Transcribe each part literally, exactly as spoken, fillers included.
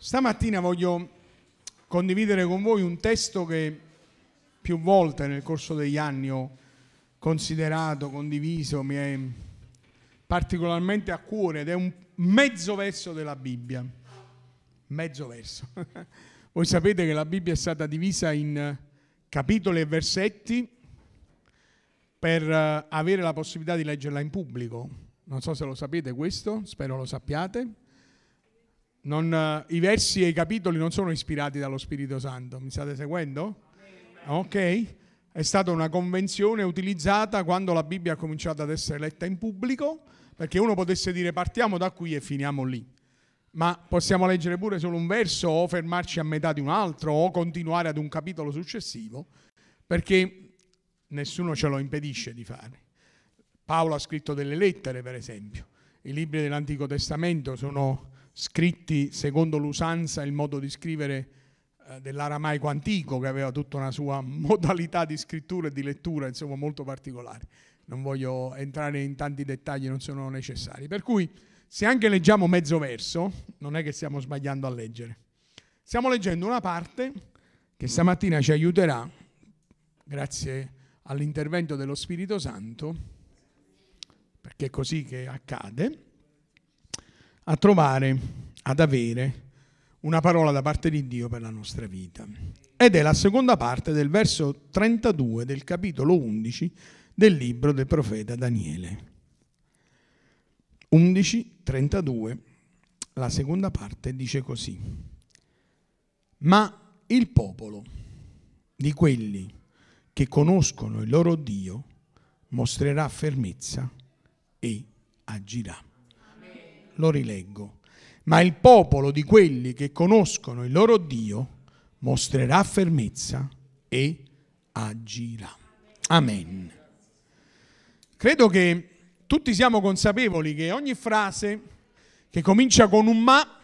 Stamattina voglio condividere con voi un testo che più volte nel corso degli anni ho considerato, condiviso, mi è particolarmente a cuore ed è un mezzo verso della Bibbia. Mezzo verso. Voi sapete che la Bibbia è stata divisa in capitoli e versetti per avere la possibilità di leggerla in pubblico. Non so se lo sapete questo, spero lo sappiate. Non, i versi e i capitoli non sono ispirati dallo Spirito Santo, mi state seguendo? Ok, è stata una convenzione utilizzata quando la Bibbia ha cominciato ad essere letta in pubblico, perché uno potesse dire partiamo da qui e finiamo lì, ma possiamo leggere pure solo un verso o fermarci a metà di un altro o continuare ad un capitolo successivo, perché nessuno ce lo impedisce di fare. Paolo ha scritto delle lettere, per esempio, i libri dell'Antico Testamento sono scritti secondo l'usanza e il modo di scrivere eh, dell'aramaico antico, che aveva tutta una sua modalità di scrittura e di lettura, insomma, molto particolare. Non voglio entrare in tanti dettagli, non sono necessari. Per cui, se anche leggiamo mezzo verso, non è che stiamo sbagliando a leggere. Stiamo leggendo una parte che stamattina ci aiuterà, grazie all'intervento dello Spirito Santo, perché è così che accade, a trovare, ad avere una parola da parte di Dio per la nostra vita. Ed è la seconda parte del verso trentadue del capitolo undici del libro del profeta Daniele. undici, trentadue, la seconda parte dice così: ma il popolo di quelli che conoscono il loro Dio mostrerà fermezza e agirà. Lo rileggo. Ma il popolo di quelli che conoscono il loro Dio mostrerà fermezza e agirà. Amen. Credo che tutti siamo consapevoli che ogni frase che comincia con un ma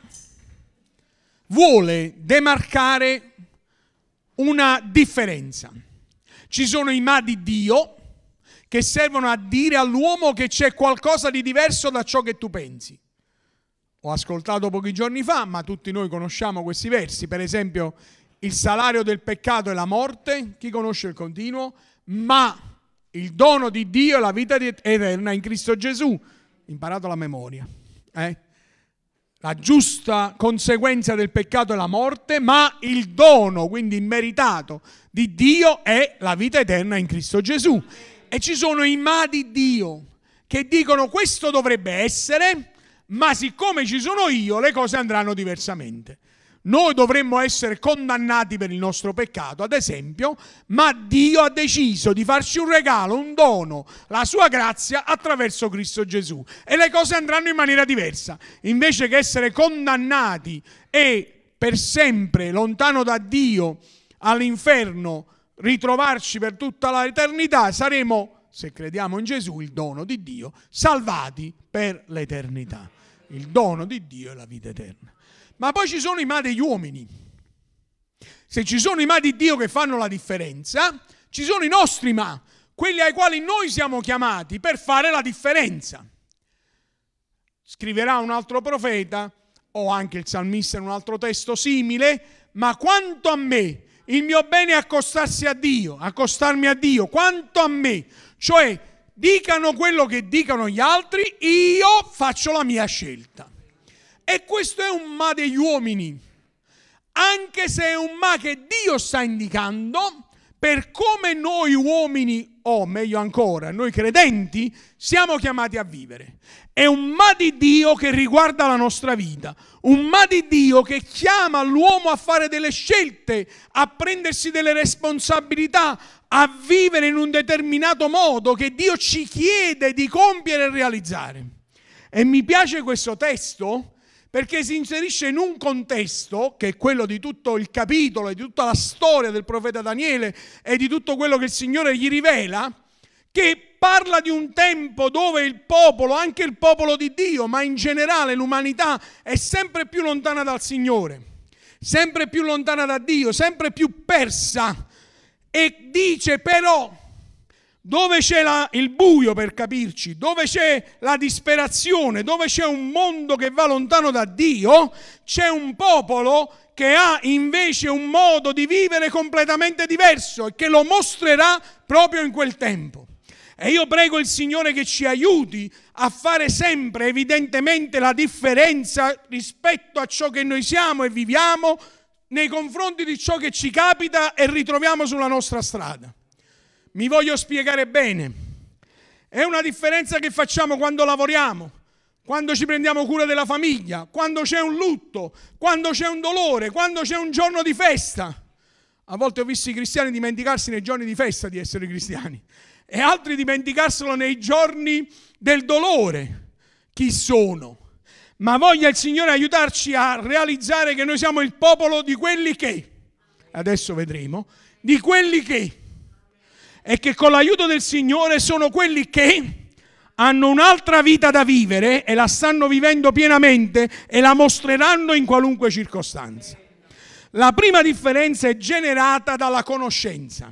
vuole demarcare una differenza. Ci sono i ma di Dio che servono a dire all'uomo che c'è qualcosa di diverso da ciò che tu pensi. Ho ascoltato pochi giorni fa, ma tutti noi conosciamo questi versi. Per esempio, il salario del peccato è la morte. Chi conosce il continuo? Ma il dono di Dio è la vita eterna in Cristo Gesù. Imparato la memoria. Eh? La giusta conseguenza del peccato è la morte, ma il dono, quindi immeritato, di Dio è la vita eterna in Cristo Gesù. E ci sono i ma di Dio che dicono questo dovrebbe essere, ma siccome ci sono io, le cose andranno diversamente. Noi dovremmo essere condannati per il nostro peccato, ad esempio, ma Dio ha deciso di farci un regalo, un dono, la sua grazia attraverso Cristo Gesù. E le cose andranno in maniera diversa. Invece che essere condannati e per sempre lontano da Dio all'inferno, ritrovarci per tutta l'eternità, saremo, se crediamo in Gesù, il dono di Dio, salvati per l'eternità. Il dono di Dio è la vita eterna. Ma poi ci sono i ma degli uomini. Se ci sono i ma di Dio che fanno la differenza, ci sono i nostri ma, quelli ai quali noi siamo chiamati per fare la differenza. Scriverà un altro profeta, o anche il salmista in un altro testo simile, ma quanto a me, il mio bene è accostarsi a Dio, accostarmi a Dio, quanto a me, cioè dicano quello che dicano gli altri, io faccio la mia scelta. E questo è un ma degli uomini, anche se è un ma che Dio sta indicando per come noi uomini, o meglio ancora, noi credenti, siamo chiamati a vivere. È un ma di Dio che riguarda la nostra vita, un ma di Dio che chiama l'uomo a fare delle scelte, a prendersi delle responsabilità, a vivere in un determinato modo che Dio ci chiede di compiere e realizzare. E mi piace questo testo perché si inserisce in un contesto che è quello di tutto il capitolo e di tutta la storia del profeta Daniele e di tutto quello che il Signore gli rivela, che parla di un tempo dove il popolo, anche il popolo di Dio, ma in generale l'umanità è sempre più lontana dal Signore, sempre più lontana da Dio, sempre più persa. E dice però, dove c'è la, il buio, per capirci, dove c'è la disperazione, dove c'è un mondo che va lontano da Dio, c'è un popolo che ha invece un modo di vivere completamente diverso e che lo mostrerà proprio in quel tempo. E io prego il Signore che ci aiuti a fare sempre evidentemente la differenza rispetto a ciò che noi siamo e viviamo nei confronti di ciò che ci capita e ritroviamo sulla nostra strada. Mi voglio spiegare bene. È una differenza che facciamo quando lavoriamo, quando ci prendiamo cura della famiglia, quando c'è un lutto, quando c'è un dolore, quando c'è un giorno di festa. A volte ho visto i cristiani dimenticarsi nei giorni di festa di essere cristiani e altri dimenticarselo nei giorni del dolore. Chi sono? Ma voglia il Signore aiutarci a realizzare che noi siamo il popolo di quelli che, adesso vedremo, di quelli che, e che con l'aiuto del Signore sono quelli che hanno un'altra vita da vivere e la stanno vivendo pienamente e la mostreranno in qualunque circostanza. La prima differenza è generata dalla conoscenza.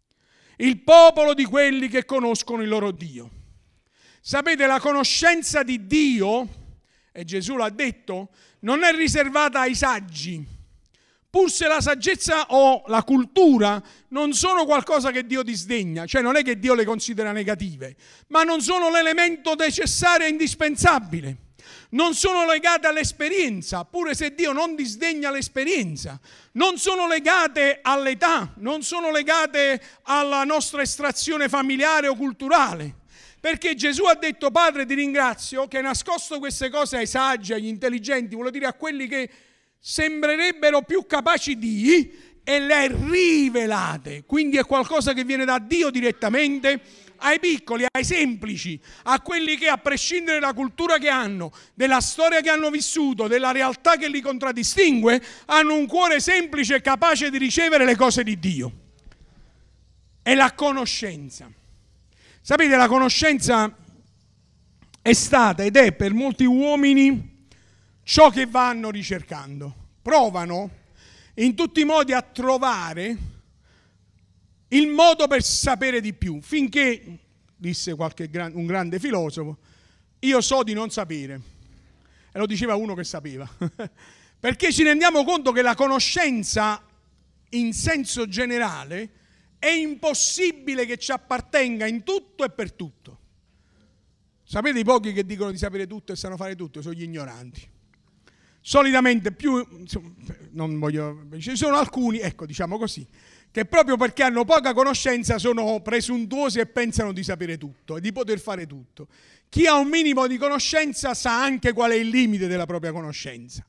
Il popolo di quelli che conoscono il loro Dio. Sapete, la conoscenza di Dio, e Gesù l'ha detto, non è riservata ai saggi. Pur se la saggezza o la cultura non sono qualcosa che Dio disdegna, cioè non è che Dio le considera negative, ma non sono l'elemento necessario e indispensabile. Non sono legate all'esperienza, pure se Dio non disdegna l'esperienza. Non sono legate all'età, non sono legate alla nostra estrazione familiare o culturale. Perché Gesù ha detto: Padre, ti ringrazio che hai nascosto queste cose ai saggi, agli intelligenti, vuol dire a quelli che sembrerebbero più capaci di, e le hai rivelate. Quindi è qualcosa che viene da Dio direttamente ai piccoli, ai semplici, a quelli che, a prescindere dalla cultura che hanno, della storia che hanno vissuto, della realtà che li contraddistingue, hanno un cuore semplice e capace di ricevere le cose di Dio. È la conoscenza. Sapete, la conoscenza è stata ed è per molti uomini ciò che vanno ricercando. Provano in tutti i modi a trovare il modo per sapere di più, finché, disse qualche gran, un grande filosofo, io so di non sapere. E lo diceva uno che sapeva. Perché ci rendiamo conto che la conoscenza in senso generale è impossibile che ci appartenga in tutto e per tutto. Sapete, i pochi che dicono di sapere tutto e sanno fare tutto sono gli ignoranti. Solitamente più, insomma, non voglio, ci sono alcuni, ecco, diciamo così, che proprio perché hanno poca conoscenza sono presuntuosi e pensano di sapere tutto e di poter fare tutto. Chi ha un minimo di conoscenza sa anche qual è il limite della propria conoscenza.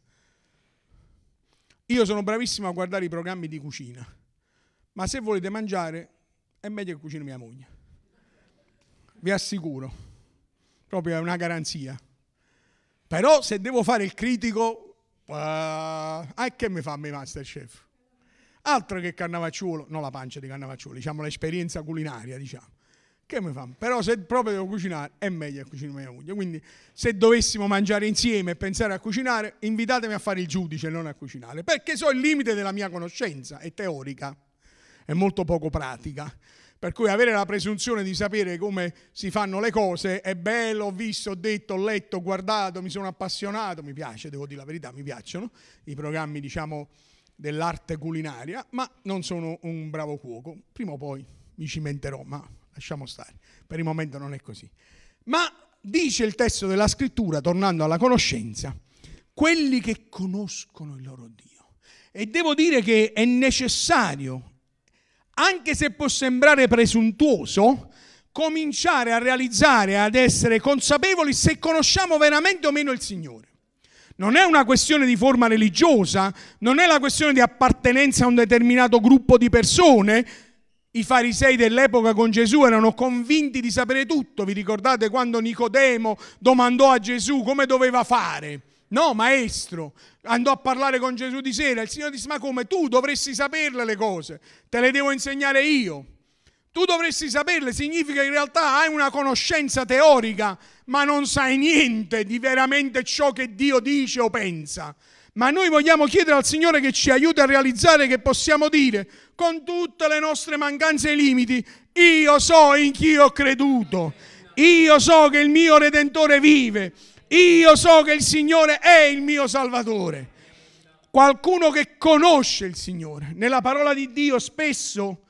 Io sono bravissimo a guardare i programmi di cucina, ma se volete mangiare è meglio che cucini mia moglie. Vi assicuro, proprio è una garanzia. Però se devo fare il critico, uh, ah, che mi fa a me Masterchef? Altro che Cannavacciuolo, non la pancia di Cannavacciuolo, diciamo l'esperienza culinaria, diciamo. Che mi fa? Però se proprio devo cucinare, è meglio che cucini mia moglie. Quindi se dovessimo mangiare insieme e pensare a cucinare, invitatemi a fare il giudice, non a cucinare, perché so il limite della mia conoscenza, è teorica, è molto poco pratica. Per cui avere la presunzione di sapere come si fanno le cose è bello, ho visto, ho detto, ho letto, ho guardato, mi sono appassionato, mi piace, devo dire la verità, mi piacciono i programmi, diciamo, dell'arte culinaria, ma non sono un bravo cuoco. Prima o poi mi cimenterò, ma lasciamo stare, per il momento non è così. Ma dice il testo della scrittura, tornando alla conoscenza, quelli che conoscono il loro Dio. E devo dire che è necessario, anche se può sembrare presuntuoso, cominciare a realizzare, ad essere consapevoli se conosciamo veramente o meno il Signore. Non è una questione di forma religiosa, non è la questione di appartenenza a un determinato gruppo di persone. I farisei dell'epoca con Gesù erano convinti di sapere tutto. Vi ricordate quando Nicodemo domandò a Gesù come doveva fare? No, maestro, andò a parlare con Gesù di sera, il Signore disse: ma come, tu dovresti saperle le cose, te le devo insegnare io. Tu dovresti saperle, significa che in realtà hai una conoscenza teorica, ma non sai niente di veramente ciò che Dio dice o pensa. Ma noi vogliamo chiedere al Signore che ci aiuti a realizzare che possiamo dire, con tutte le nostre mancanze e limiti, io so in chi ho creduto, io so che il mio Redentore vive, io so che il Signore è il mio Salvatore. Qualcuno che conosce il Signore. Nella parola di Dio spesso,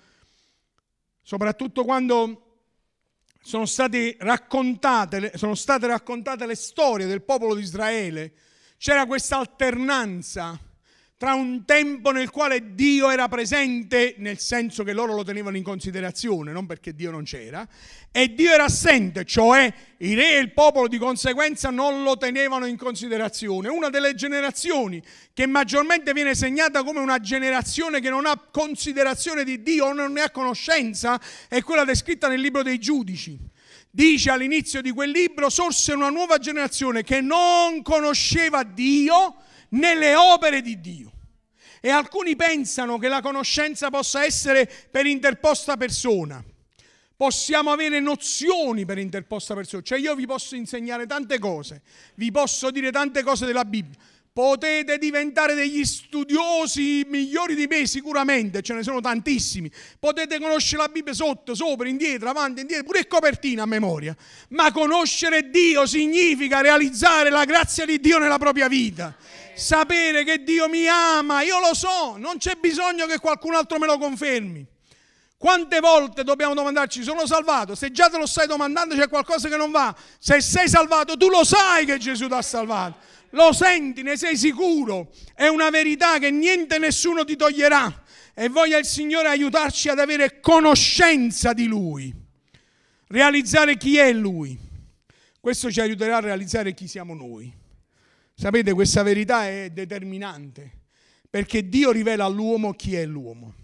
soprattutto quando sono state raccontate, sono state raccontate le storie del popolo di Israele, c'era questa alternanza tra un tempo nel quale Dio era presente, nel senso che loro lo tenevano in considerazione, non perché Dio non c'era, e Dio era assente, cioè i re e il popolo di conseguenza non lo tenevano in considerazione. Una delle generazioni che maggiormente viene segnata come una generazione che non ha considerazione di Dio o non ne ha conoscenza è quella descritta nel libro dei Giudici. Dice all'inizio di quel libro: sorse una nuova generazione che non conosceva Dio né le opere di Dio. E alcuni pensano che la conoscenza possa essere per interposta persona. Possiamo avere nozioni per interposta persona. Cioè io vi posso insegnare tante cose, vi posso dire tante cose della Bibbia. Potete diventare degli studiosi migliori di me, sicuramente, ce ne sono tantissimi. Potete conoscere la Bibbia sotto, sopra, indietro, avanti, indietro, pure copertina a memoria. Ma conoscere Dio significa realizzare la grazia di Dio nella propria vita. Sapere che Dio mi ama, io lo so, non c'è bisogno che qualcun altro me lo confermi. Quante volte dobbiamo domandarci: sono salvato? Se già te lo stai domandando c'è qualcosa che non va. Se sei salvato tu lo sai che Gesù ti ha salvato, lo senti, ne sei sicuro, è una verità che niente e nessuno ti toglierà. E voglia il Signore aiutarci ad avere conoscenza di Lui, realizzare chi è Lui. Questo ci aiuterà a realizzare chi siamo noi. Sapete, questa verità è determinante, perché Dio rivela all'uomo chi è l'uomo.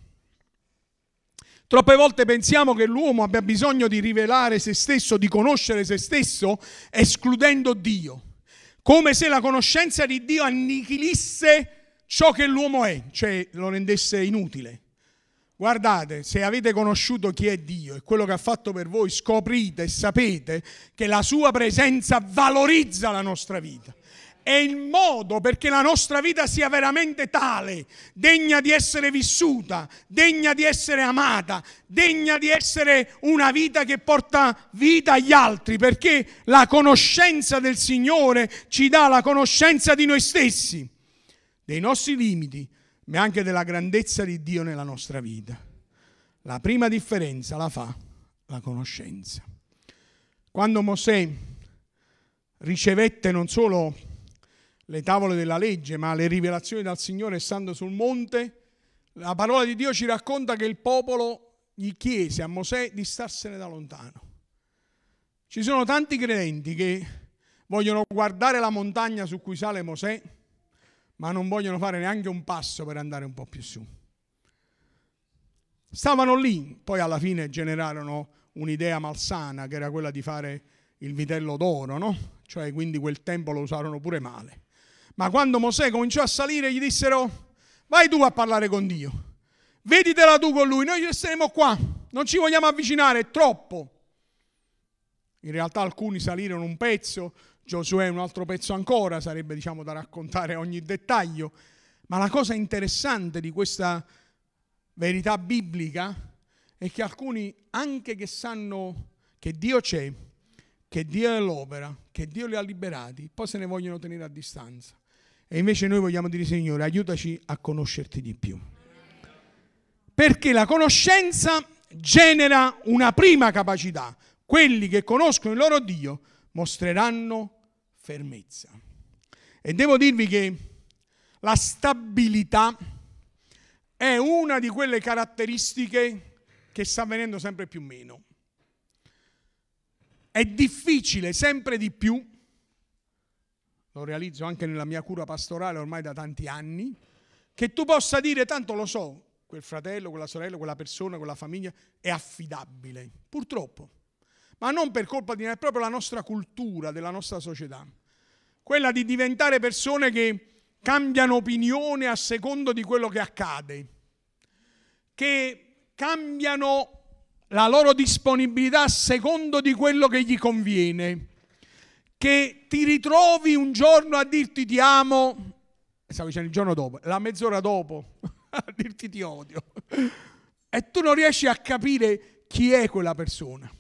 Troppe volte pensiamo che l'uomo abbia bisogno di rivelare se stesso, di conoscere se stesso, escludendo Dio, come se la conoscenza di Dio annichilisse ciò che l'uomo è, cioè lo rendesse inutile. Guardate, se avete conosciuto chi è Dio e quello che ha fatto per voi, scoprite e sapete che la sua presenza valorizza la nostra vita. È il modo perché la nostra vita sia veramente tale, degna di essere vissuta, degna di essere amata, degna di essere una vita che porta vita agli altri, perché la conoscenza del Signore ci dà la conoscenza di noi stessi, dei nostri limiti, ma anche della grandezza di Dio nella nostra vita. La prima differenza la fa la conoscenza. Quando Mosè ricevette non solo le tavole della legge, ma le rivelazioni dal Signore stando sul monte, la parola di Dio ci racconta che il popolo gli chiese a Mosè di starsene da lontano. Ci sono tanti credenti che vogliono guardare la montagna su cui sale Mosè, ma non vogliono fare neanche un passo per andare un po' più su. Stavano lì, poi alla fine generarono un'idea malsana, che era quella di fare il vitello d'oro, no? Cioè, quindi quel tempo lo usarono pure male. Ma quando Mosè cominciò a salire gli dissero: vai tu a parlare con Dio, veditela tu con lui, noi resteremo qua, non ci vogliamo avvicinare, è troppo. In realtà alcuni salirono un pezzo, Giosuè un altro pezzo ancora, sarebbe diciamo da raccontare ogni dettaglio, ma la cosa interessante di questa verità biblica è che alcuni, anche che sanno che Dio c'è, che Dio è l'opera, che Dio li ha liberati, poi se ne vogliono tenere a distanza. E invece noi vogliamo dire: Signore, aiutaci a conoscerti di più. Perché la conoscenza genera una prima capacità. Quelli che conoscono il loro Dio mostreranno fermezza. E devo dirvi che la stabilità è una di quelle caratteristiche che sta venendo sempre più meno. È difficile sempre di più, lo realizzo anche nella mia cura pastorale ormai da tanti anni, che tu possa dire: tanto lo so, quel fratello, quella sorella, quella persona, quella famiglia è affidabile. Purtroppo. Ma non per colpa di noi, è proprio la nostra cultura, della nostra società. Quella di diventare persone che cambiano opinione a secondo di quello che accade, che cambiano la loro disponibilità a secondo di quello che gli conviene, che ti ritrovi un giorno a dirti ti amo stavo dicendo il giorno dopo, la mezz'ora dopo, a dirti ti odio. E tu non riesci a capire chi è quella persona.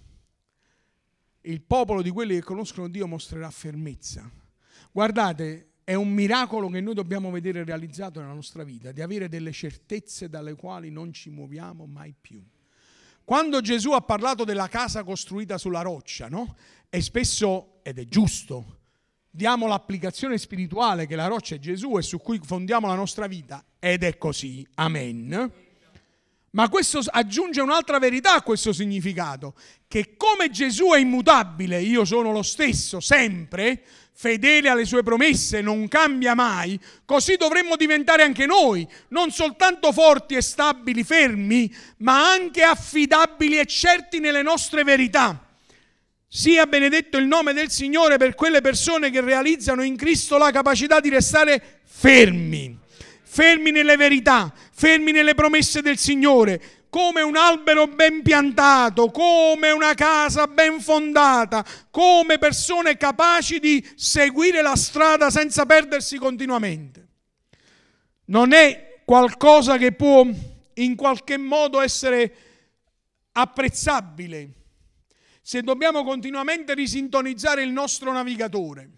Il popolo di quelli che conoscono Dio mostrerà fermezza. Guardate, è un miracolo che noi dobbiamo vedere realizzato nella nostra vita, di avere delle certezze dalle quali non ci muoviamo mai più. Quando Gesù ha parlato della casa costruita sulla roccia, no? E spesso, ed è giusto, diamo l'applicazione spirituale che la roccia è Gesù e su cui fondiamo la nostra vita, ed è così, amen. Ma questo aggiunge un'altra verità a questo significato, che come Gesù è immutabile, io sono lo stesso sempre, fedele alle sue promesse, non cambia mai, così dovremmo diventare anche noi, non soltanto forti e stabili, fermi, ma anche affidabili e certi nelle nostre verità. Sia benedetto il nome del Signore per quelle persone che realizzano in Cristo la capacità di restare fermi. Fermi nelle verità, fermi nelle promesse del Signore, come un albero ben piantato, come una casa ben fondata, come persone capaci di seguire la strada senza perdersi continuamente. Non è qualcosa che può in qualche modo essere apprezzabile se dobbiamo continuamente risintonizzare il nostro navigatore.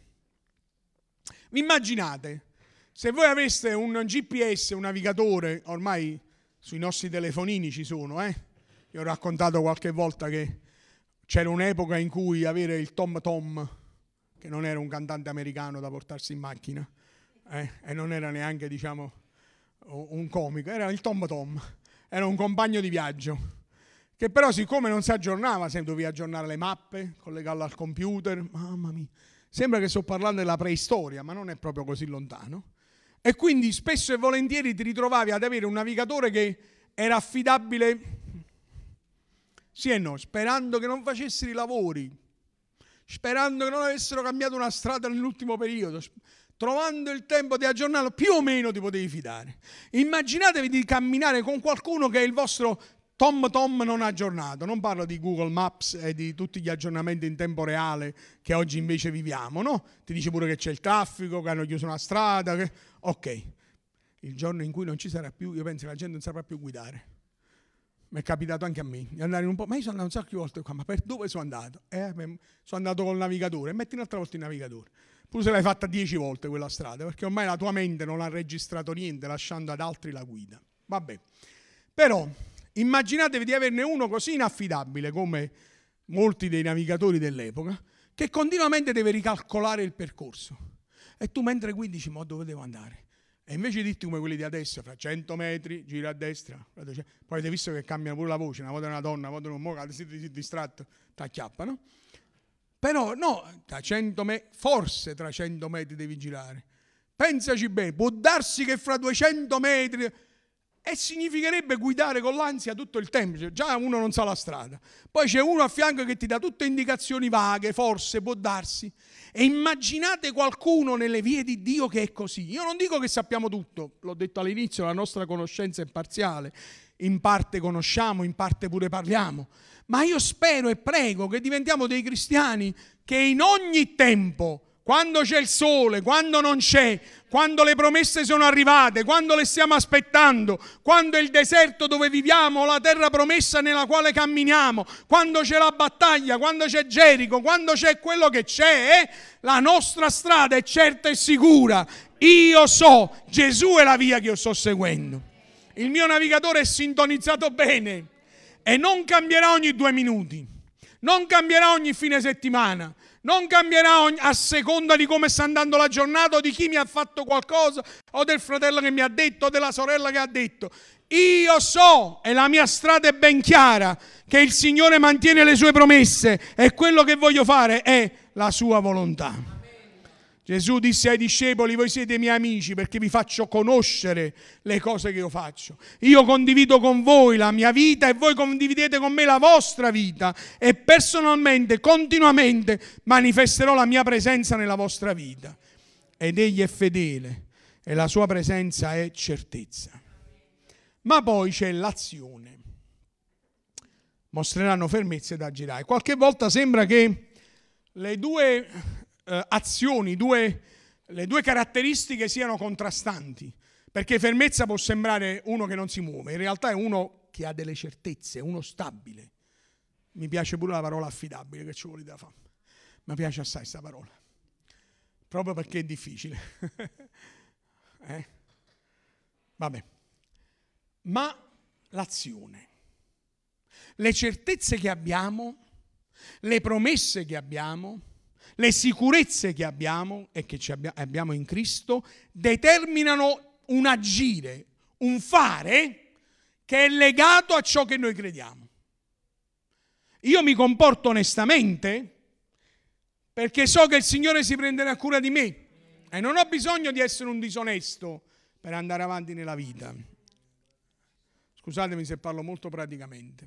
Vi immaginate? Se voi aveste un G P S, un navigatore, ormai sui nostri telefonini ci sono, eh? Io ho raccontato qualche volta che c'era un'epoca in cui avere il Tom Tom, che non era un cantante americano da portarsi in macchina, eh? E non era neanche, diciamo, un comico, era il Tom Tom, era un compagno di viaggio, che però siccome non si aggiornava, sempre dovevi aggiornare le mappe, collegarlo al computer, mamma mia, sembra che sto parlando della preistoria, ma non è proprio così lontano. E quindi spesso e volentieri ti ritrovavi ad avere un navigatore che era affidabile sì e no, sperando che non facessero i lavori, sperando che non avessero cambiato una strada nell'ultimo periodo, trovando il tempo di aggiornarlo, più o meno ti potevi fidare. Immaginatevi di camminare con qualcuno che è il vostro Tom Tom non aggiornato, non parlo di Google Maps e di tutti gli aggiornamenti in tempo reale che oggi invece viviamo, no? Ti dice pure che c'è il traffico, che hanno chiuso una strada, che... ok. Il giorno in cui non ci sarà più, io penso che la gente non saprà più guidare. Mi è capitato anche a me di andare in un po', ma io sono andato un sacco di volte qua, ma per dove sono andato? Eh, sono andato col navigatore, metti un'altra volta il navigatore. Pure se l'hai fatta dieci volte quella strada, perché ormai la tua mente non ha registrato niente, lasciando ad altri la guida. Vabbè, però... immaginatevi di averne uno così inaffidabile come molti dei navigatori dell'epoca, che continuamente deve ricalcolare il percorso. E tu mentre guidi dici, ma dove devo andare? E invece di dirti come quelli di adesso, fra cento metri, gira a destra. Poi avete visto che cambiano pure la voce, una volta è una donna, una volta è un uomo, se ti distratto, ti acchiappano. Però no, tra cento metri, forse tra cento metri devi girare. Pensaci bene, può darsi che fra duecento metri... e significherebbe guidare con l'ansia tutto il tempo, cioè, già uno non sa la strada, poi c'è uno a fianco che ti dà tutte indicazioni vaghe, forse, può darsi, e immaginate qualcuno nelle vie di Dio che è così. Io non dico che sappiamo tutto, l'ho detto all'inizio, la nostra conoscenza è parziale, in parte conosciamo, in parte pure parliamo, ma io spero e prego che diventiamo dei cristiani che in ogni tempo, quando c'è il sole, quando non c'è, quando le promesse sono arrivate, quando le stiamo aspettando, quando è il deserto dove viviamo, la terra promessa nella quale camminiamo, quando c'è la battaglia, quando c'è Gerico, quando c'è quello che c'è, la nostra strada è certa e sicura. Io so, Gesù è la via che io sto seguendo. Il mio navigatore è sintonizzato bene e non cambierà ogni due minuti, non cambierà ogni fine settimana, non cambierà ogni, a seconda di come sta andando la giornata o di chi mi ha fatto qualcosa o del fratello che mi ha detto o della sorella che ha detto. Io so, e la mia strada è ben chiara, che il Signore mantiene le sue promesse e quello che voglio fare è la sua volontà. Gesù disse ai discepoli, voi siete miei amici perché vi faccio conoscere le cose che io faccio. Io condivido con voi la mia vita e voi condividete con me la vostra vita e personalmente, continuamente manifesterò la mia presenza nella vostra vita. Ed Egli è fedele e la sua presenza è certezza. Ma poi c'è l'azione. Mostreranno fermezza ed agirai. Qualche volta sembra che le due... Uh, azioni, due le due caratteristiche siano contrastanti, perché fermezza può sembrare uno che non si muove, in realtà è uno che ha delle certezze, uno stabile. Mi piace pure la parola affidabile, che ci vuole da fare. Mi piace assai questa parola, proprio perché è difficile. eh? Vabbè. Ma l'azione, le certezze che abbiamo, le promesse che abbiamo, le sicurezze che abbiamo e che ci abbiamo in Cristo determinano un agire, un fare che è legato a ciò che noi crediamo. Io mi comporto onestamente perché so che il Signore si prenderà cura di me e non ho bisogno di essere un disonesto per andare avanti nella vita. Scusatemi se parlo molto praticamente.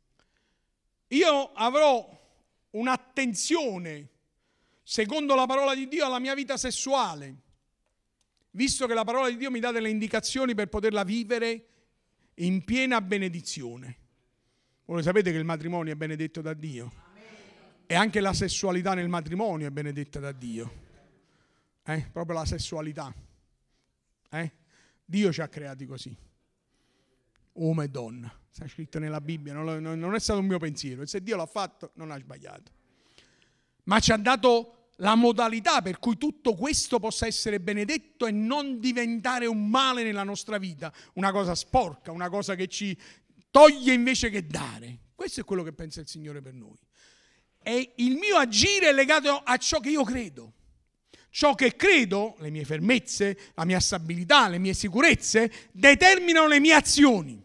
Io avrò un'attenzione, secondo la parola di Dio, alla mia vita sessuale, visto che la parola di Dio mi dà delle indicazioni per poterla vivere in piena benedizione. Voi sapete che il matrimonio è benedetto da Dio. Amen. E anche la sessualità nel matrimonio è benedetta da Dio. Eh? Proprio la sessualità. Eh? Dio ci ha creati così. Uomo e donna. Sta scritto nella Bibbia, non, non è stato un mio pensiero. E se Dio l'ha fatto, non ha sbagliato. Ma ci ha dato la modalità per cui tutto questo possa essere benedetto e non diventare un male nella nostra vita, una cosa sporca, una cosa che ci toglie invece che dare. Questo è quello che pensa il Signore per noi. E il mio agire è legato a ciò che io credo. Ciò che credo, le mie fermezze, la mia stabilità, le mie sicurezze, determinano le mie azioni.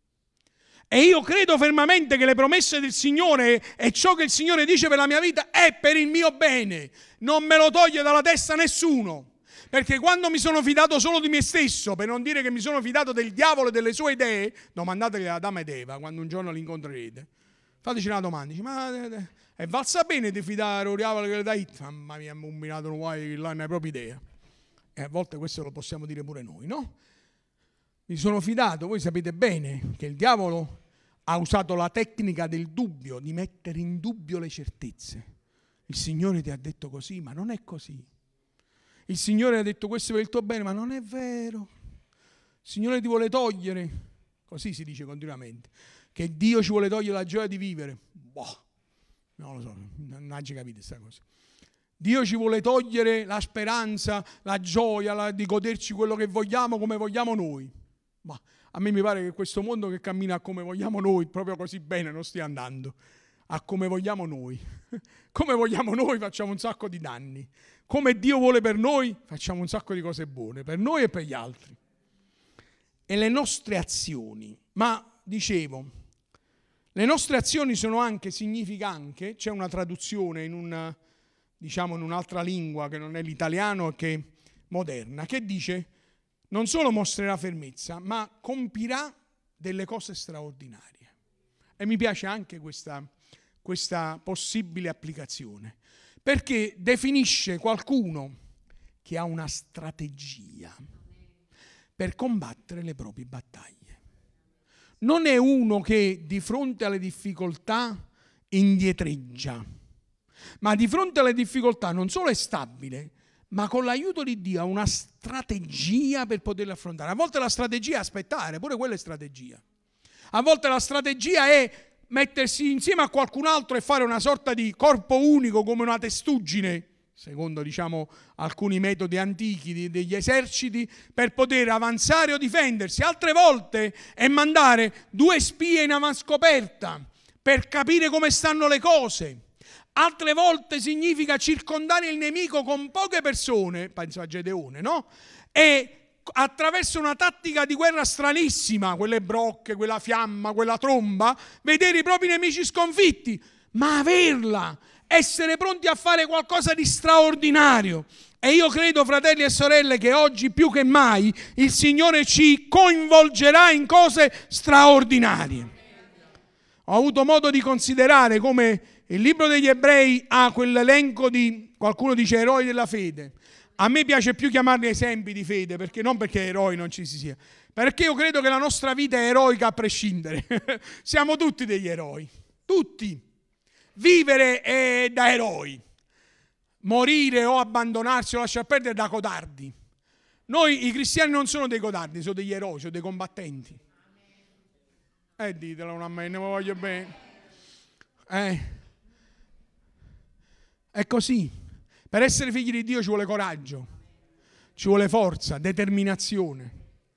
E io credo fermamente che le promesse del Signore e ciò che il Signore dice per la mia vita è per il mio bene. Non me lo toglie dalla testa nessuno. Perché quando mi sono fidato solo di me stesso, per non dire che mi sono fidato del diavolo e delle sue idee, domandategli ad Adamo ed Eva quando un giorno li incontrerete. Fateci una domanda, dice, ma è valsa bene di fidare un diavolo che le dai? Mamma mia, mi ha combinato un guai che là non hai proprio idea. E a volte questo lo possiamo dire pure noi, no? Mi sono fidato, voi sapete bene che il diavolo ha usato la tecnica del dubbio, di mettere in dubbio le certezze. Il Signore ti ha detto così, ma non è così. Il Signore ha detto questo per il tuo bene, ma non è vero. Il Signore ti vuole togliere, così si dice continuamente, che Dio ci vuole togliere la gioia di vivere. Boh, non lo so, non ha capito questa cosa. Dio ci vuole togliere la speranza, la gioia, la, di goderci quello che vogliamo come vogliamo noi. Ma a me mi pare che questo mondo che cammina come vogliamo noi, proprio così bene, non stia andando. A come vogliamo noi. Come vogliamo noi facciamo un sacco di danni. Come Dio vuole per noi facciamo un sacco di cose buone, per noi e per gli altri. E le nostre azioni, ma dicevo, le nostre azioni sono anche, significa anche, c'è una traduzione in una, diciamo in un'altra lingua che non è l'italiano, che è moderna, che dice non solo mostrerà fermezza, ma compirà delle cose straordinarie. E mi piace anche questa, questa possibile applicazione, perché definisce qualcuno che ha una strategia per combattere le proprie battaglie. Non è uno che di fronte alle difficoltà indietreggia, ma di fronte alle difficoltà non solo è stabile, ma con l'aiuto di Dio ha una strategia per poterle affrontare. A volte la strategia è aspettare, pure quella è strategia. A volte la strategia è mettersi insieme a qualcun altro e fare una sorta di corpo unico come una testuggine, secondo diciamo alcuni metodi antichi di, degli eserciti, per poter avanzare o difendersi. Altre volte è mandare due spie in avanscoperta per capire come stanno le cose. Altre volte significa circondare il nemico con poche persone, penso a Gedeone, no? E attraverso una tattica di guerra stranissima, quelle brocche, quella fiamma, quella tromba, vedere i propri nemici sconfitti, ma averla, essere pronti a fare qualcosa di straordinario. E io credo, fratelli e sorelle, che oggi più che mai il Signore ci coinvolgerà in cose straordinarie. Ho avuto modo di considerare come il libro degli Ebrei ha quell'elenco di, qualcuno dice, eroi della fede. A me piace più chiamarli esempi di fede, perché non perché eroi non ci si sia, perché io credo che la nostra vita è eroica a prescindere. Siamo tutti degli eroi, tutti. Vivere è da eroi. morire o abbandonarsi o lasciar perdere da codardi. Noi i cristiani non sono dei codardi, sono degli eroi, sono dei combattenti. Eh, ditelo una me, ne voglio bene. Eh. È così. Per essere figli di Dio ci vuole coraggio, ci vuole forza, determinazione.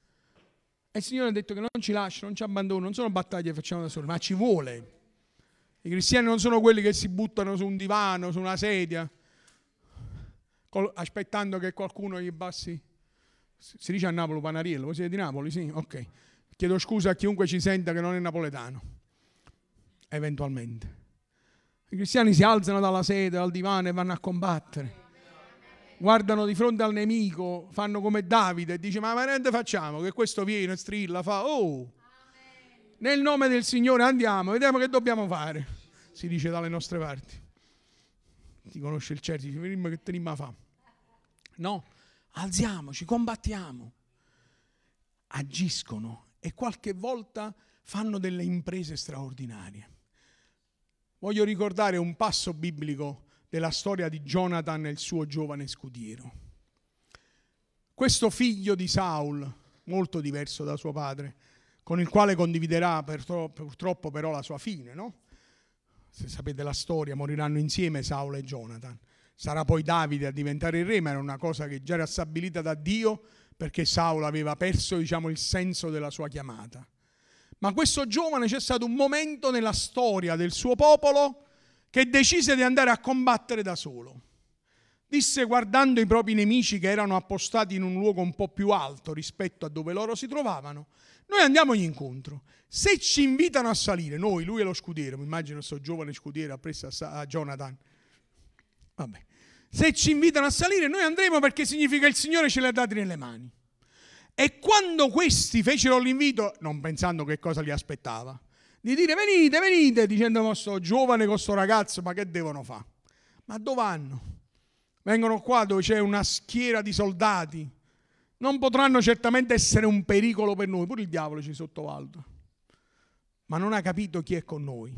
E il Signore ha detto che non ci lascia, non ci abbandona, non sono battaglie che facciamo da soli, ma ci vuole. I cristiani non sono quelli che si buttano su un divano, su una sedia, aspettando che qualcuno gli passi. Si dice a Napoli Panariello, voi siete di Napoli? Sì? Ok. Chiedo scusa a chiunque ci senta che non è napoletano, eventualmente. I cristiani si alzano dalla sedia, dal divano e vanno a combattere. Guardano di fronte al nemico, fanno come Davide e dice: ma veramente facciamo? Che questo viene, strilla, fa: oh, nel nome del Signore andiamo, vediamo che dobbiamo fare. Si dice dalle nostre parti. Ti conosce il certo, dice: vediamo che teniamo a fa. No, alziamoci, combattiamo. Agiscono e qualche volta fanno delle imprese straordinarie. Voglio ricordare un passo biblico della storia di Jonathan e il suo giovane scudiero. Questo figlio di Saul, molto diverso da suo padre, con il quale condividerà purtroppo però la sua fine, no? Se sapete la storia, moriranno insieme Saul e Jonathan. Sarà poi Davide a diventare il re, ma era una cosa che già era stabilita da Dio, perché Saul aveva perso, diciamo, il senso della sua chiamata. Ma questo giovane, c'è stato un momento nella storia del suo popolo che decise di andare a combattere da solo. Disse, guardando i propri nemici che erano appostati in un luogo un po' più alto rispetto a dove loro si trovavano: noi andiamogli incontro. Se ci invitano a salire, noi, lui e lo scudiero, mi immagino questo giovane scudiero appresso a, a Jonathan, vabbè, se ci invitano a salire noi andremo, perché significa che il Signore ce li ha dati nelle mani. E quando questi fecero l'invito, non pensando che cosa li aspettava, di dire venite, venite, dicendo: ma sto giovane con sto ragazzo, ma che devono fare? Ma dove vanno? Vengono qua dove c'è una schiera di soldati, non potranno certamente essere un pericolo per noi, pure il diavolo ci sottovaluta, ma non ha capito chi è con noi.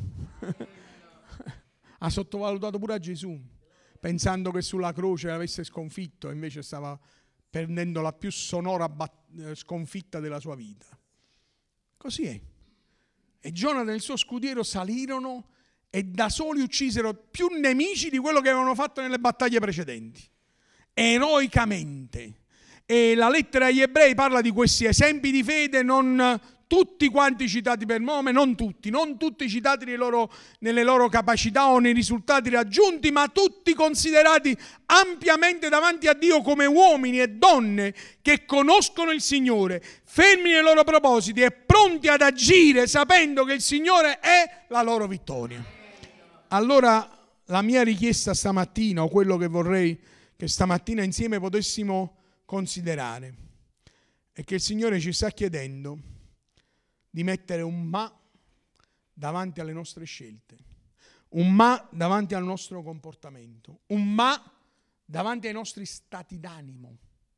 Ha sottovalutato pure a Gesù, pensando che sulla croce l'avesse sconfitto, e invece stava perdendo la più sonora bat- sconfitta della sua vita. Così è. E Jonathan e il suo scudiero salirono e da soli uccisero più nemici di quello che avevano fatto nelle battaglie precedenti, eroicamente. E la lettera agli ebrei parla di questi esempi di fede, non tutti quanti citati per nome, non tutti, non tutti citati nei loro, nelle loro capacità o nei risultati raggiunti, ma tutti considerati ampiamente davanti a Dio come uomini e donne che conoscono il Signore, fermi nei loro propositi e pronti ad agire sapendo che il Signore è la loro vittoria. Allora la mia richiesta stamattina, o quello che vorrei che stamattina insieme potessimo considerare, è che il Signore ci sta chiedendo di mettere un ma davanti alle nostre scelte, un ma davanti al nostro comportamento, un ma davanti ai nostri stati d'animo,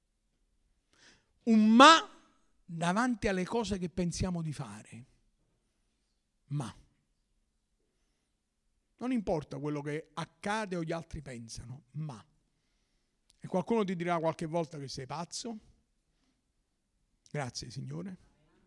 un ma davanti alle cose che pensiamo di fare. Ma non importa quello che accade o gli altri pensano, ma. E qualcuno ti dirà qualche volta che sei pazzo. Grazie, Signore.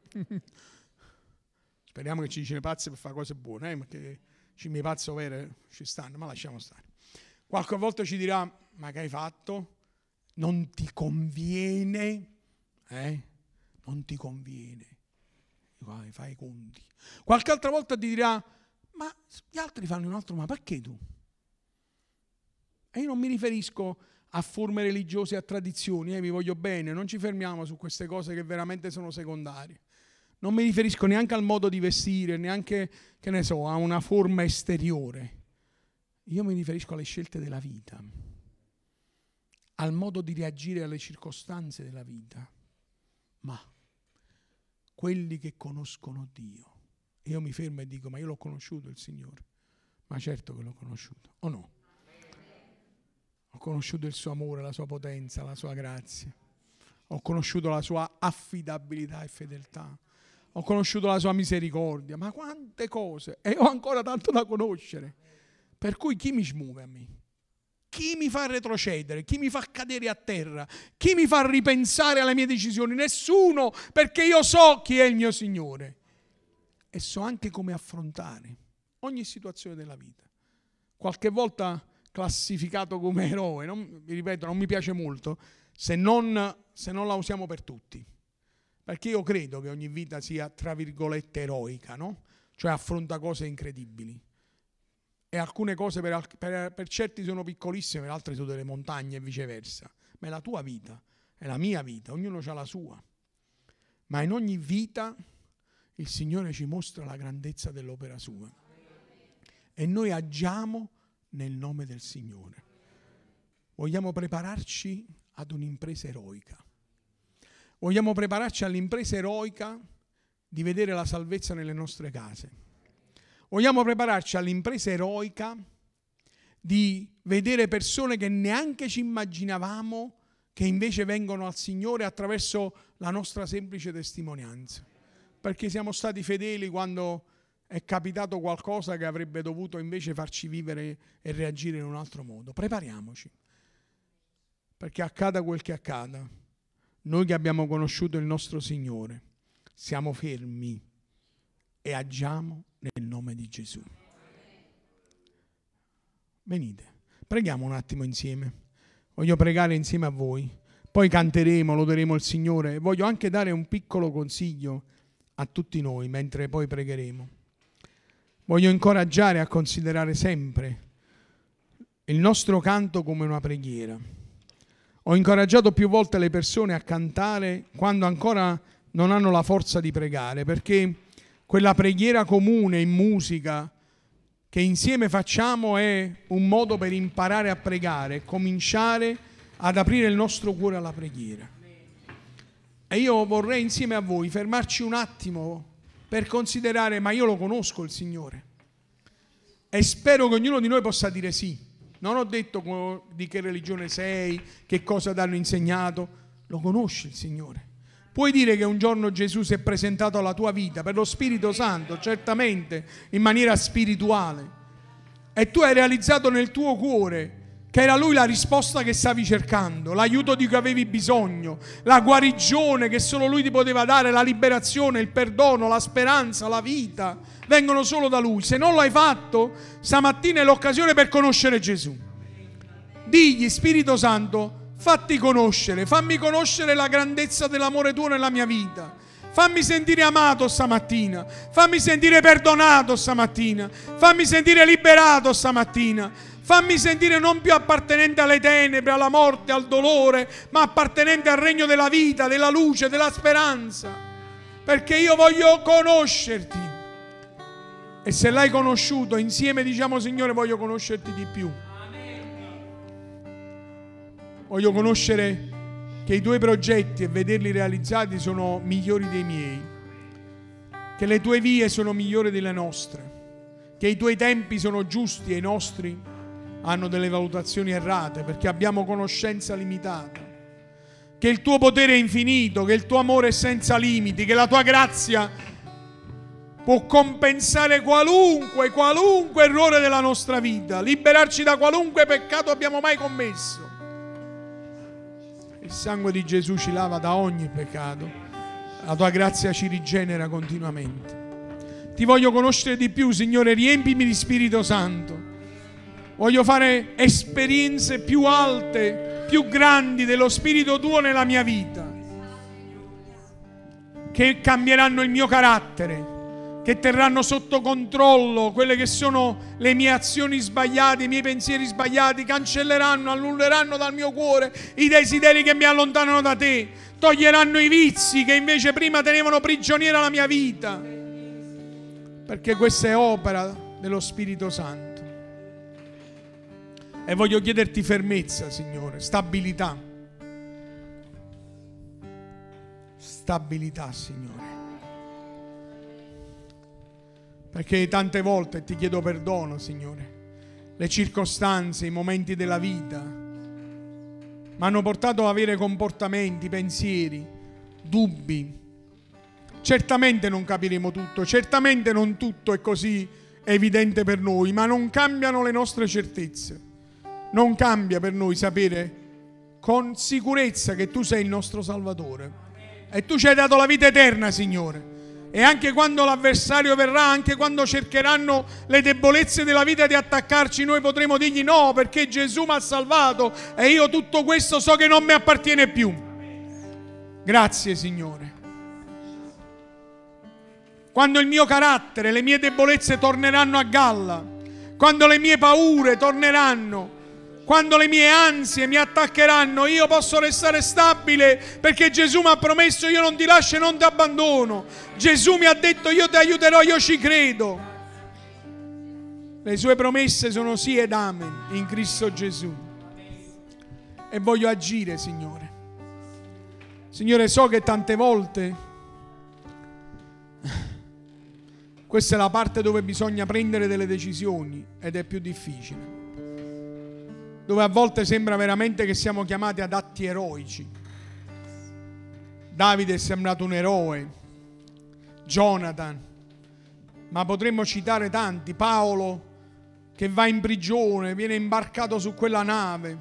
Speriamo che ci dice pazzi per fare cose buone, eh, perché i pazzi veri ci stanno, ma lasciamo stare. Qualche volta ci dirà: ma che hai fatto? Non ti conviene, eh? Non ti conviene. Fai i conti. Qualche altra volta ti dirà: ma gli altri fanno un altro, ma perché tu? E io non mi riferisco a forme religiose e a tradizioni, eh, vi voglio bene, non ci fermiamo su queste cose che veramente sono secondarie. Non mi riferisco neanche al modo di vestire, neanche, che ne so, a una forma esteriore. Io mi riferisco alle scelte della vita, al modo di reagire alle circostanze della vita. Ma quelli che conoscono Dio, e io mi fermo e dico: ma io l'ho conosciuto il Signore? Ma certo che l'ho conosciuto, o no? Ho conosciuto il suo amore, la sua potenza, la sua grazia. Ho conosciuto la sua affidabilità e fedeltà. Ho conosciuto la sua misericordia. Ma quante cose! E ho ancora tanto da conoscere. Per cui chi mi smuove a me? Chi mi fa retrocedere? Chi mi fa cadere a terra? Chi mi fa ripensare alle mie decisioni? Nessuno, perché io so chi è il mio Signore e so anche come affrontare ogni situazione della vita. Qualche volta classificato come eroe, non, vi ripeto, non mi piace molto, se non, se non la usiamo per tutti. Perché io credo che ogni vita sia, tra virgolette, eroica, no? Cioè affronta cose incredibili. E alcune cose per, per, per certi sono piccolissime, per altri sono delle montagne e viceversa. Ma è la tua vita, è la mia vita, ognuno ha la sua. Ma in ogni vita il Signore ci mostra la grandezza dell'opera sua. E noi agiamo nel nome del Signore. Vogliamo prepararci ad un'impresa eroica. Vogliamo prepararci all'impresa eroica di vedere la salvezza nelle nostre case. Vogliamo prepararci all'impresa eroica di vedere persone che neanche ci immaginavamo che invece vengono al Signore attraverso la nostra semplice testimonianza. Perché siamo stati fedeli quando è capitato qualcosa che avrebbe dovuto invece farci vivere e reagire in un altro modo. Prepariamoci, perché accada quel che accada, noi che abbiamo conosciuto il nostro Signore siamo fermi e agiamo nel nome di Gesù. Venite, preghiamo un attimo insieme. Voglio pregare insieme a voi, poi canteremo, loderemo il Signore e voglio anche dare un piccolo consiglio a tutti noi mentre poi pregheremo. Voglio incoraggiare a considerare sempre il nostro canto come una preghiera. Ho incoraggiato più volte le persone a cantare quando ancora non hanno la forza di pregare, perché quella preghiera comune in musica che insieme facciamo è un modo per imparare a pregare e cominciare ad aprire il nostro cuore alla preghiera. E io vorrei insieme a voi fermarci un attimo per considerare, ma io lo conosco il Signore. E spero che ognuno di noi possa dire sì. Non ho detto di che religione sei, che cosa ti hanno insegnato. Lo conosci il Signore. Puoi dire che un giorno Gesù si è presentato alla tua vita per lo Spirito Santo, certamente in maniera spirituale. E tu hai realizzato nel tuo cuore che era Lui la risposta che stavi cercando, l'aiuto di cui avevi bisogno, la guarigione che solo Lui ti poteva dare, la liberazione, il perdono, la speranza, la vita, vengono solo da Lui. Se non lo hai fatto, stamattina è l'occasione per conoscere Gesù. Digli, Spirito Santo, fatti conoscere, fammi conoscere la grandezza dell'amore tuo nella mia vita. Fammi sentire amato stamattina, fammi sentire perdonato stamattina, fammi sentire liberato stamattina. Fammi sentire non più appartenente alle tenebre, alla morte, al dolore, ma appartenente al regno della vita, della luce, della speranza. Perché io voglio conoscerti. E se l'hai conosciuto, insieme diciamo, Signore, voglio conoscerti di più. Voglio conoscere che i tuoi progetti e vederli realizzati sono migliori dei miei. Che le tue vie sono migliori delle nostre. Che i tuoi tempi sono giusti e i nostri hanno delle valutazioni errate perché abbiamo conoscenza limitata, che il tuo potere è infinito, che il tuo amore è senza limiti, che la tua grazia può compensare qualunque, qualunque errore della nostra vita, liberarci da qualunque peccato abbiamo mai commesso. Il sangue di Gesù ci lava da ogni peccato, la tua grazia ci rigenera continuamente. Ti voglio conoscere di più, Signore, riempimi di Spirito Santo. Voglio fare esperienze più alte, più grandi dello Spirito tuo nella mia vita, che cambieranno il mio carattere, che terranno sotto controllo quelle che sono le mie azioni sbagliate, i miei pensieri sbagliati, cancelleranno, annulleranno dal mio cuore i desideri che mi allontanano da te, toglieranno i vizi che invece prima tenevano prigioniera la mia vita, perché questa è opera dello Spirito Santo. E voglio chiederti fermezza, Signore, stabilità. Stabilità, Signore. Perché tante volte ti chiedo perdono, Signore. Le circostanze, i momenti della vita mi hanno portato ad avere comportamenti, pensieri, dubbi. Certamente non capiremo tutto, certamente non tutto è così evidente per noi, ma non cambiano le nostre certezze. non cambia per noi sapere con sicurezza che tu sei il nostro Salvatore e tu ci hai dato la vita eterna, Signore. E anche quando l'avversario verrà, anche quando cercheranno le debolezze della vita di attaccarci, noi potremo dirgli no, perché Gesù mi ha salvato e io tutto questo so che non mi appartiene più. Grazie, Signore. Quando il mio carattere, le mie debolezze torneranno a galla, quando le mie paure torneranno, quando le mie ansie mi attaccheranno, io posso restare stabile perché Gesù mi ha promesso: io non ti lascio e non ti abbandono. Gesù mi ha detto: io ti aiuterò, io ci credo. Le sue promesse sono sì ed amen in Cristo Gesù. E voglio agire, Signore. Signore, so che tante volte questa è la parte dove bisogna prendere delle decisioni ed è più difficile, dove a volte sembra veramente che siamo chiamati ad atti eroici. Davide è sembrato un eroe, Jonathan, ma potremmo citare tanti, Paolo che va in prigione, viene imbarcato su quella nave.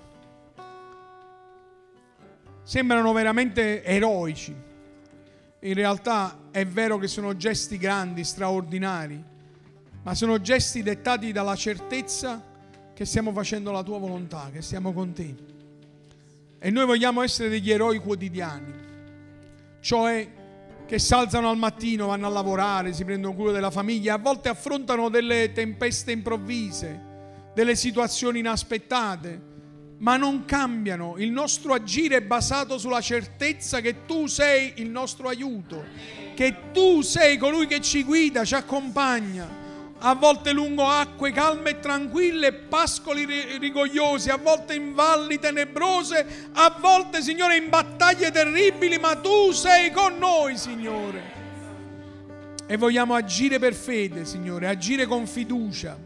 Sembrano veramente eroici. In realtà è vero che sono gesti grandi, straordinari, ma sono gesti dettati dalla certezza che stiamo facendo la tua volontà, che stiamo con te. E noi vogliamo essere degli eroi quotidiani, cioè che si alzano al mattino, vanno a lavorare, si prendono cura della famiglia, a volte affrontano delle tempeste improvvise, delle situazioni inaspettate, ma non cambiano. Il nostro agire è basato sulla certezza che tu sei il nostro aiuto, che tu sei colui che ci guida, ci accompagna. A volte lungo acque calme e tranquille, pascoli rigogliosi, a volte in valli tenebrose, a volte, Signore, in battaglie terribili, ma tu sei con noi, Signore. E vogliamo agire per fede, Signore, agire con fiducia.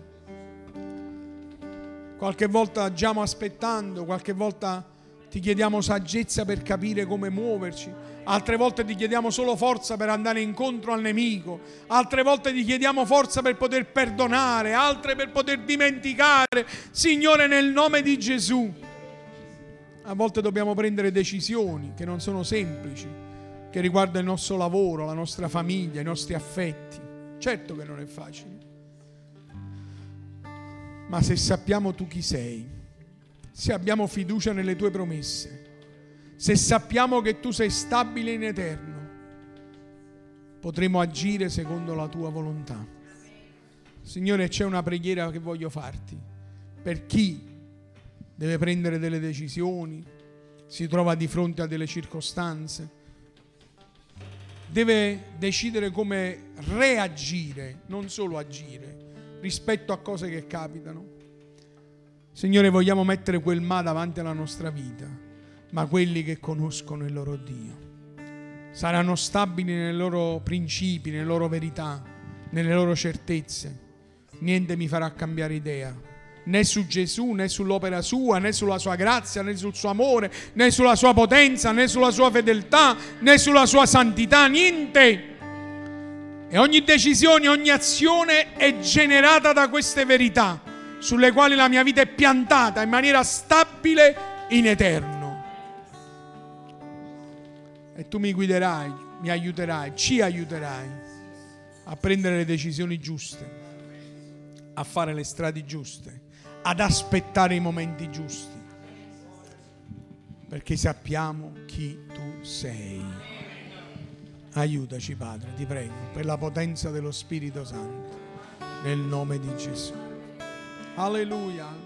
Qualche volta agiamo aspettando, qualche volta ti chiediamo saggezza per capire come muoverci, altre volte ti chiediamo solo forza per andare incontro al nemico, altre volte ti chiediamo forza per poter perdonare, altre per poter dimenticare. Signore, nel nome di Gesù, a volte dobbiamo prendere decisioni che non sono semplici, che riguardano il nostro lavoro, la nostra famiglia, i nostri affetti. Certo che non è facile, ma se sappiamo tu chi sei, se abbiamo fiducia nelle tue promesse, se sappiamo che tu sei stabile in eterno, potremo agire secondo la tua volontà. Signore, c'è una preghiera che voglio farti per chi deve prendere delle decisioni, si trova di fronte a delle circostanze, deve decidere come reagire, non solo agire, rispetto a cose che capitano. Signore, vogliamo mettere quel ma davanti alla nostra vita, ma quelli che conoscono il loro Dio saranno stabili nei loro principi, nelle loro verità, nelle loro certezze. Niente mi farà cambiare idea, né su Gesù, né sull'opera sua, né sulla sua grazia, né sul suo amore, né sulla sua potenza, né sulla sua fedeltà, né sulla sua santità, niente. E ogni decisione, ogni azione è generata da queste verità, sulle quali la mia vita è piantata in maniera stabile in eterno. E tu mi guiderai, mi aiuterai, ci aiuterai a prendere le decisioni giuste, a fare le strade giuste, ad aspettare i momenti giusti, perché sappiamo chi tu sei. Aiutaci, Padre, ti prego, per la potenza dello Spirito Santo, nel nome di Gesù. Alleluia.